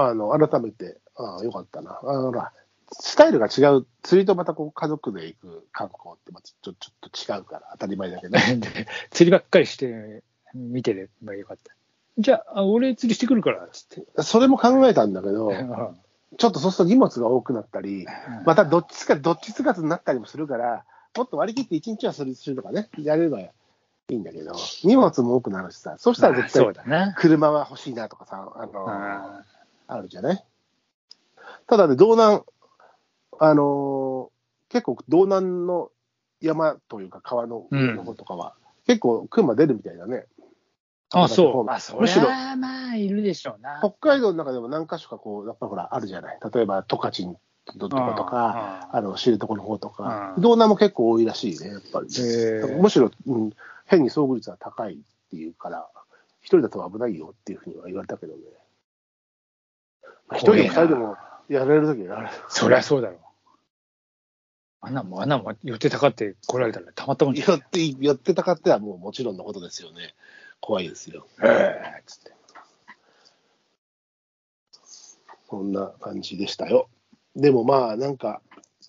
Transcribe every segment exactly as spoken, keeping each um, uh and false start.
あの、改めて、ああ、よかったな。あの、ほら、スタイルが違う、釣りとまたこう家族で行く観光ってまたちょちょっと違うから当たり前だけど。 で釣りばっかりして見てればよかった。じゃあ、俺釣りしてくるからっつって。 それも考えたんだけど、ちょっとそうすると荷物が多くなったり、またどっちか、どっちつかずになったりもするから、もっと割り切って一日はするとかね、やればいいんだけど、荷物も多くなるしさ、そうしたら絶対車は欲しいなとかさ、あのー、あるじゃない。ただね、道南、あのー、結構道南の山というか川の上の方とかは、うん、結構熊出るみたいだね。 あ、そう。あ、それはまあいるでしょうな。 北海道の中でも何か所かこう、やっぱほらあるじゃない。例えば十勝とかとか、あの知床の方とか、道南も結構多いらしいね、やっぱり。むしろ、うん、変に遭遇率は高いっていうから、一人だと危ないよっていうふうには言われたけどね。一人でも二人でもやられるときはやられる。 そりゃそうだろう。あんなもん、あんなもん寄ってたかって来られたらたまったもんじゃない。 寄って、寄ってたかってはもうもちろんのことですよね。怖いですよ。ええー、つって。そんな感じでしたよ。でもまあ、なんか、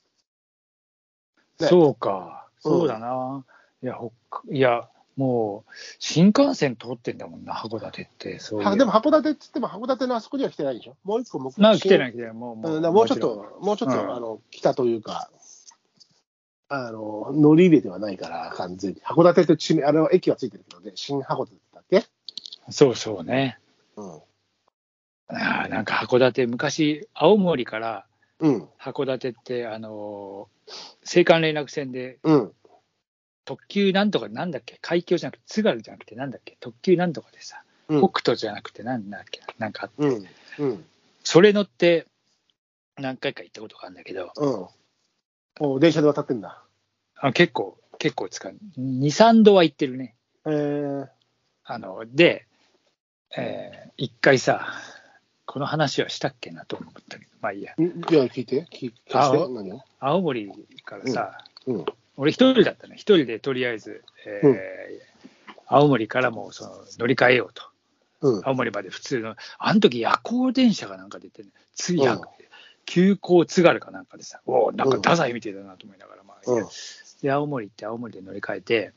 ね、そうか、そうだな。うん、いや、ほいや、もう、新幹線通ってんだもんな、函館って。そうはでも函館って言っても、函館のあそこには来てないでしょ。もう一個目的地。 なんか来てない、来てない。もう、もう、 うん、もうちょっと、もうちょっと、うん、あの、北というか、あの、乗り入れてはないから、完全に。函館って地名、あの、駅はついてるけどね、新函館だっけ？ そうそうね。うん。あなんか函館、昔、青森から函館って、うん、あの、青函連絡船で、うん、特急なんとかなんだっけ、海峡じゃなくて、津軽じゃなくてなんだっけ、特急なんとかでさ、うん、北斗じゃなくてなんだっけ、なんかあって、うんうん、それ乗って何回か行ったことがあるんだけど、 うん、お電車で渡ってんだ。 あ結構、結構使う。に、さんどは行ってるね。 えー、 あの、で、えー、一回さ、この話はしたっけなと思ったけど、まあいいや。 じゃあ聞いて、聞いて、何を？ 青森からさ、うんうん、俺一人だったね。一人でとりあえず、えーうん、青森からもその乗り換えようと、うん。青森まで普通の、あの時夜行電車がなんか出てね、つや、うん、急行津軽かなんかでさ、おなんか太宰みたいだなと思いながら、まあ、うん、で、青森行って青森で乗り換えて、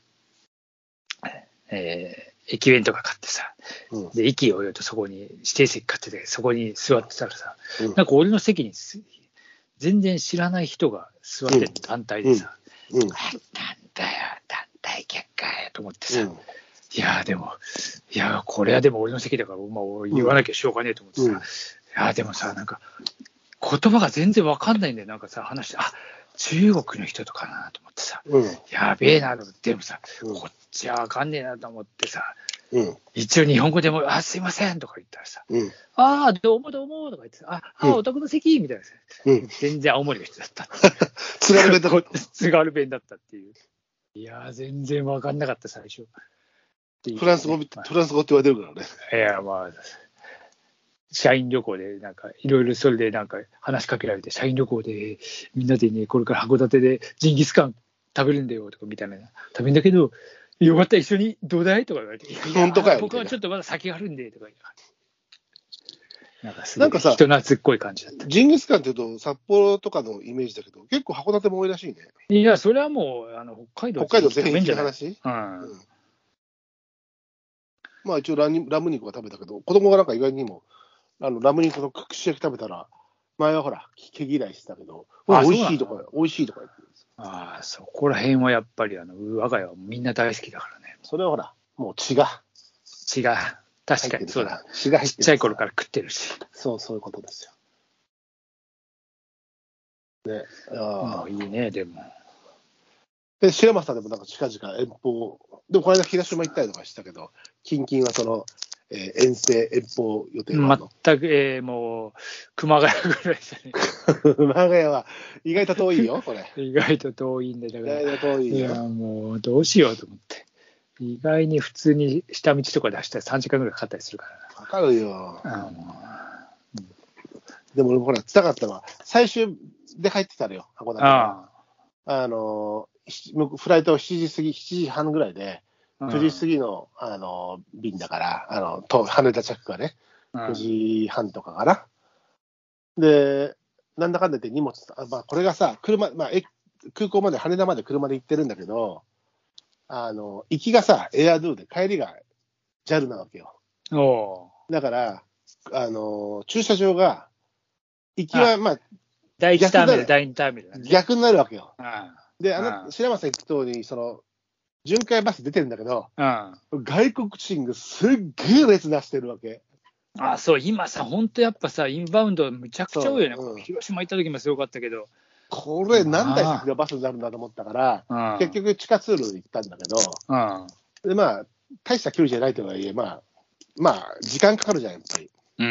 えー、駅弁とか買ってさ、うん、で、駅を言うとそこに指定席買ってて、そこに座ってたらさ、うん、なんか俺の席に全然知らない人が座ってる団体でさ、うんうん、なんだよ、団体客かよと思ってさ、うん、いやでも、いやこれはでも俺の席だから、まあ、言わなきゃしょうがねえと思ってさ、うん、いやでもさ、なんか言葉が全然わかんないんだよ、なんかさ、話して、あ、中国の人とかなと思ってさ、うん、やべえなと思って、でもさ、うん、こっちはわかんねえなと思ってさ、うん、一応日本語でも、あ、すいませんとか言ったらさ、うん、ああ、どうもどうもとか言って、あ、あ、お宅の席みたいなさ、うん、全然青森の人だった。 津軽弁だった。 津軽弁だったっていう。いやー、全然わかんなかった、最初。 フランス語、まあ、フランス語って言われてるからね。 いや、まあ、社員旅行で、なんか、いろいろそれでなんか話しかけられて、社員旅行で、みんなでね、これから函館でジンギスカン食べるんだよとかみたいな、食べるんだけど、よかったら一緒にどうだいとか言われて、 本当かよ。 僕はちょっとまだ先があるんでとか言う。なんかすごい人懐っこい感じだった。 ジンギスカンって言うと、札幌とかのイメージだけど、結構函館も多いらしいね。 いや、それはもう、あの北海道北海道全員の話、 うんうん、 まあ一応ラム、ラム肉は食べたけど、子供がなんか意外にも、あのラム肉の串焼き食べたら、前はほら、毛嫌いしてたけど、美味しいとか、美味しいとか言ってるんですよ。 ああ、そこら辺はやっぱり、あの我が家はみんな大好きだからね。 それはほら、もう血が。 血が。確かにそうだ。血が入ってる。ちっちゃい頃から食ってるし。 そう、そういうことですよ。ね。 ああ、いいね、でも。 で、白松さんでもなんか近々遠方、でもこの間広島行ったりとかしたけど、近々はその、えー、遠征、遠方予定はあるの？ 全く、えー、もう、熊谷ぐらいじゃね。 熊谷は意外と遠いよ、これ。 意外と遠いんで、だから。 意外と遠いよ。 いや、もう、どうしようと思って。意外に普通に下道とか出したらさんじかんぐらいかかったりするからな。 かかるよ。あのー、でも俺もほら、つらかったのは、最終で帰ってたのよ、函館ああのー、フライトしちじ過ぎ、しちじはんぐらいで、くじ過ぎの、あのー、便だから、あの、と羽田着がね、くじはんとかかな。 で、なんだかんだ言って荷物、あまあ、これがさ、車、まあ、え空港まで、羽田まで車で行ってるんだけど、あの、行きがさ、エアドゥで、帰りが ジャル なわけよ。 おだから、あの、駐車場が、行きは、まあ、 第一ターミナル、第二ターミナル、 ね、逆になるわけよ。 ああで、あの、白松さん言った通り、その、巡回バス出てるんだけど、 ああ外国人がすっげえ列なしてるわけ。 ああ、そう、今さ、本当やっぱさ、インバウンドむちゃくちゃ多いよね。うん、広島行った時もすごかったけど。 これ、何台先がバスになるんだと思ったから、結局地下通路行ったんだけど、 ああで、まあ、大した距離じゃないとはいえ、まあ、まあ、時間かかるじゃん、やっぱり。 うん。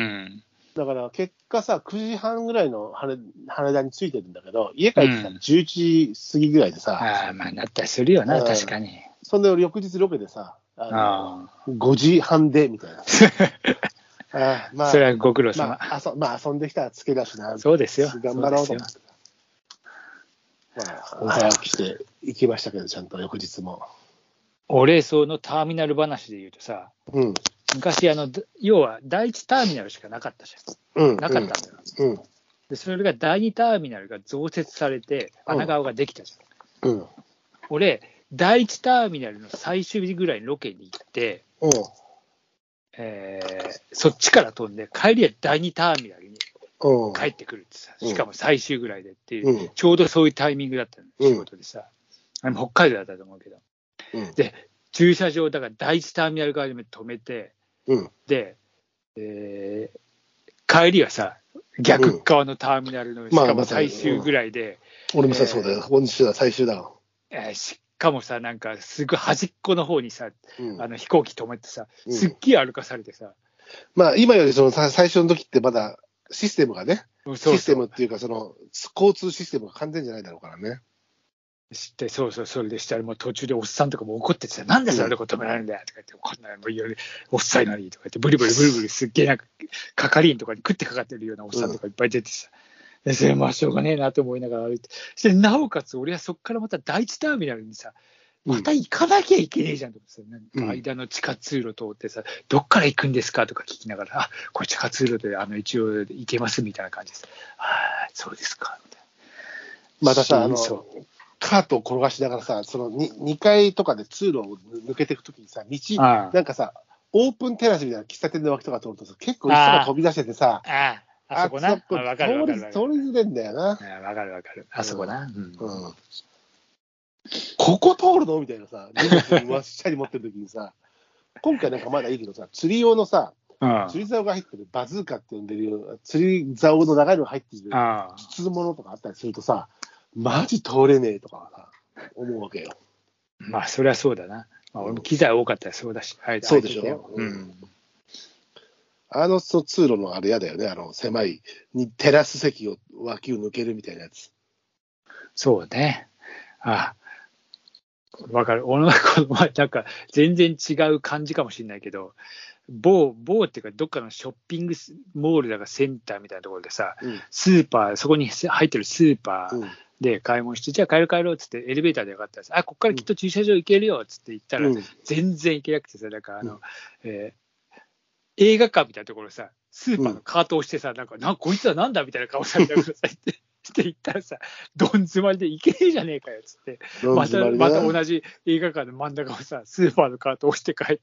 だから、結果さ、くじはんぐらいの羽羽田に着いてるんだけど、家帰ってたらじゅういちじ過ぎぐらいでさ。 うん、ああ、まあ、なったりするよな、確かに。 そんで、翌日ロケでさ、あのあごじはんで、みたいな。 あまあ、それはご苦労様。 まあ、あそまあ、遊んできたらつけだしな。 そうですよ。 頑張ろうと思って。まあ、早起きして行きましたけど、ちゃんと翌日も。 俺、そのターミナル話で言うとさ、うん、昔あの、要は第一ターミナルしかなかったじゃん。うん、なかったんだよ、うん。で、それが第二ターミナルが増設されて、穴川ができたじゃん。うん、俺、第一ターミナルの最終日ぐらいにロケに行って、うんえー、そっちから飛んで、帰りは第二ターミナルに帰ってくるってさ、しかも最終ぐらいでっていう、うん、ちょうどそういうタイミングだったの、仕事でさ、あの北海道だったと思うけど。うん、で、駐車場だから第一ターミナル側に止めて、うん、で、えー、帰りはさ、逆側のターミナルの、しかも最終ぐらいで。 まあまあうん、俺もさ、えー、そうだよ、本日は最終だよ。 えー、しかもさ、なんかすぐ端っこの方にさ、うん、あの飛行機止めてさ、すっげえ歩かされてさ。うん、 まあ、今よりその最初の時ってまだシステムがね、そうそうシステムっていうか、その交通システムが完全じゃないだろうからね。 知って、そうそう、それでしたら、もう途中でおっさんとかも怒っててさ、なんでそれでこ止められるんだよとか言って、こんなもういろいろおっさいなりとか言って、ブリブリブリブリすっげえなんか、係員とかに食ってかかってるようなおっさんとかいっぱい出てさ、うん、それまあしょうがねえなと思いながら歩いて、そしてなおかつ俺はそこからまた第一ターミナルにさ、また行かなきゃいけねえじゃんとかさ、なんか間の地下通路通ってさ、どっから行くんですかとか聞きながら、あ、これ地下通路であの一応行けますみたいな感じです。ああ、そうですか。みたいなまたさ、あの、カートを転がしながらさ、その 2, にかいとかで通路を抜けていくときにさ、道、ああなんかさ、オープンテラスみたいな喫茶店の脇とか通るとさ、結構人が飛び出しててさ、 ああ、あそこな、 あわかるわかる。通りづれんだよな。 わかるわかる。あそこな。うんうんうん、ここ通るのみたいなさ、荷物わっしゃり持ってるときにさ、今回なんかまだいいけどさ、釣り用のさ、ああ釣り竿が入ってるバズーカって呼んでるような、釣り竿の長いのが入ってる筒物とかあったりするとさ、マジ通れねえとかさ、思うわけよ。 まあ、そりゃそうだな。まあ、俺も機材多かったらそうだし、 うん、そうでしょ。うん。あの通路のあれやだよね、あの狭いにテラス席を脇を抜けるみたいなやつ。 そうね。ああ、わかる。俺のこの前、なんか全然違う感じかもしれないけど、某、某っていうか、どっかのショッピングモールだかセンターみたいなところでさ、うん、スーパー、そこに入ってるスーパーで買い物して、うん、じゃあ帰る帰ろうっつって、エレベーターでよかったです。あ、ここからきっと駐車場行けるよっつって言ったら、うん、全然行けなくてさ、なんかあの、うんえー、映画館みたいなところさ、スーパーのカートをしてさ、なんか、なんこいつはなんだみたいな顔されてくださいって。って言ったらさ、どん詰まりで行けねえじゃねえかよっつって、また、また同じ映画館の真ん中をさ、スーパーのカートを押して帰って、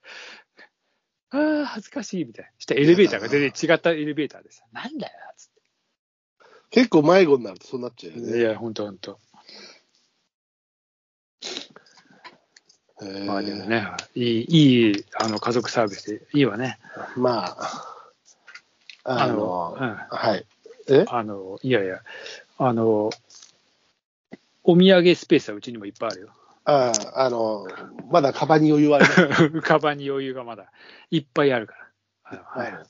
ああ、恥ずかしいみたいな。したらエレベーターが全然違ったエレベーターでさ、なんだよっつって。 結構迷子になるとそうなっちゃうよね。 いや、ほんとほんと。まあでもね、いい、いいあの家族サービスでいいわね。 まあ、あの、 あのうん、 はい。えあの、いやいや、あの、お土産スペースはうちにもいっぱいあるよ。 ああ、あの、まだカバンに余裕ある。 カバンに余裕がまだいっぱいあるから。 はい。はい、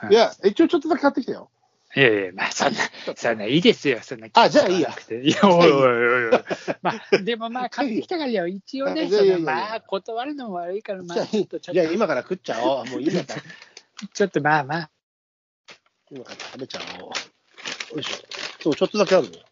いや、一応ちょっとだけ買ってきたよ。 いやいや、まあそんな、そんないいですよ、そんな。 あ、じゃあいいや。 いや、おいおいおいおい。まあ、でもまあ、買ってきたからよ、一応ね、そのまあ、断るのも悪いから、まあ、 ちょっとちょっと。じゃあ今から食っちゃおう。もういいんだったら。 ちょっとまあまあ。 今から食べちゃおう。よいしょ。そう、ちょっとだけあるのよ。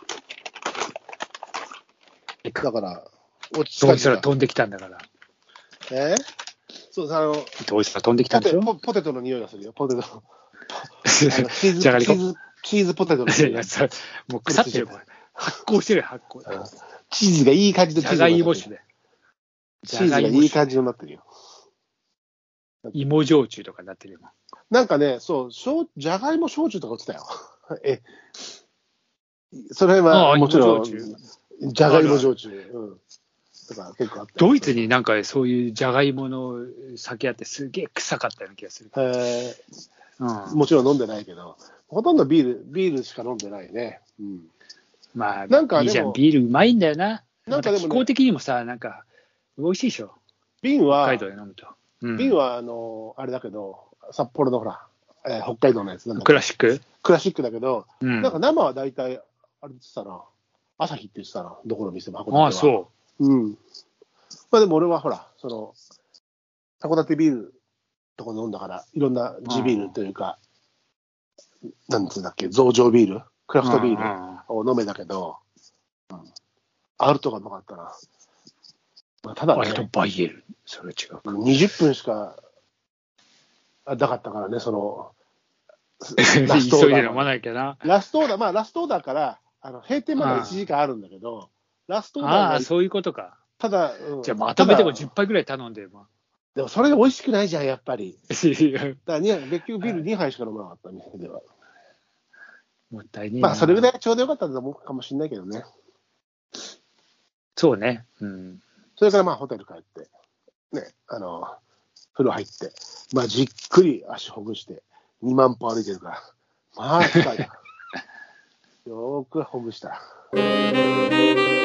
だから、 落ち着かない。どうしたら飛んできたんだから。 えー、そう、あの、 どうしたら飛んできたんでしょ。 ポテ、ポテトの匂いがするよ、ポテト。 チーズ、チーズ、チーズポテトの。 いや、もう腐ってるもん。発酵してる発酵。 チーズがいい感じのチーズ。 じゃがいも酒で。 チーズがいい感じになってるよ。 芋焼酎とかになってるよ。 なんかね、そう、じゃがいも焼酎とか売ってたよ。え、それはもちろん、じゃがいも焼酎。うん。とか結構あった。 ドイツになんかそういうじゃがいもの酒あってすげえ臭かったような気がする。 へー、うん、もちろん飲んでないけど、ほとんどビール、ビールしか飲んでないね。うん、 まあ、なんかいいじゃん、ビールうまいんだよな。なんかでも、ね、気候的にもさ、なんか、美味しいでしょ。 瓶は、 北海道で飲むと。 うん、瓶は、あの、あれだけど、札幌のほら、えー、北海道のやつなんだクラシッククラシックだけど、うん、なんか生は大体、あれって言ってたな、朝日って言ってたな、どこの店も函館は。 ああ、そう。 うん。まあでも俺はほら、その、函館ビールとか飲んだから、いろんな地ビールというか、うん、なんつうんだっけ、増上ビール、クラフトビールを飲めたけど、うん、アルトがうまかったな。まあ、ただね、 アルトバイエル、それ違う。 にじゅっぷんしかなかったからね、その、 ラストオーダー。急いで飲まなきゃな。 ラストオーダー、まあラストオーダーから、あの閉店までいちじかんあるんだけど、ラストオーダーが。 ああ、そういうことか。 ただ、うん、 じゃあまとめてもじゅっぱいぐらい頼んでも。 でもそれで美味しくないじゃん、やっぱり。だから結局ビールにはいしか飲まなかった、店では。 もったいねえ。 まあ、それぐらいちょうどよかったと思うかもしれないけどね。 そうね。うん。 それからまあ、ホテル帰って、ね、あの、風呂入って、まあ、じっくり足ほぐして、にまん歩歩いてるから、まあ、疲れた。よーくほぐした。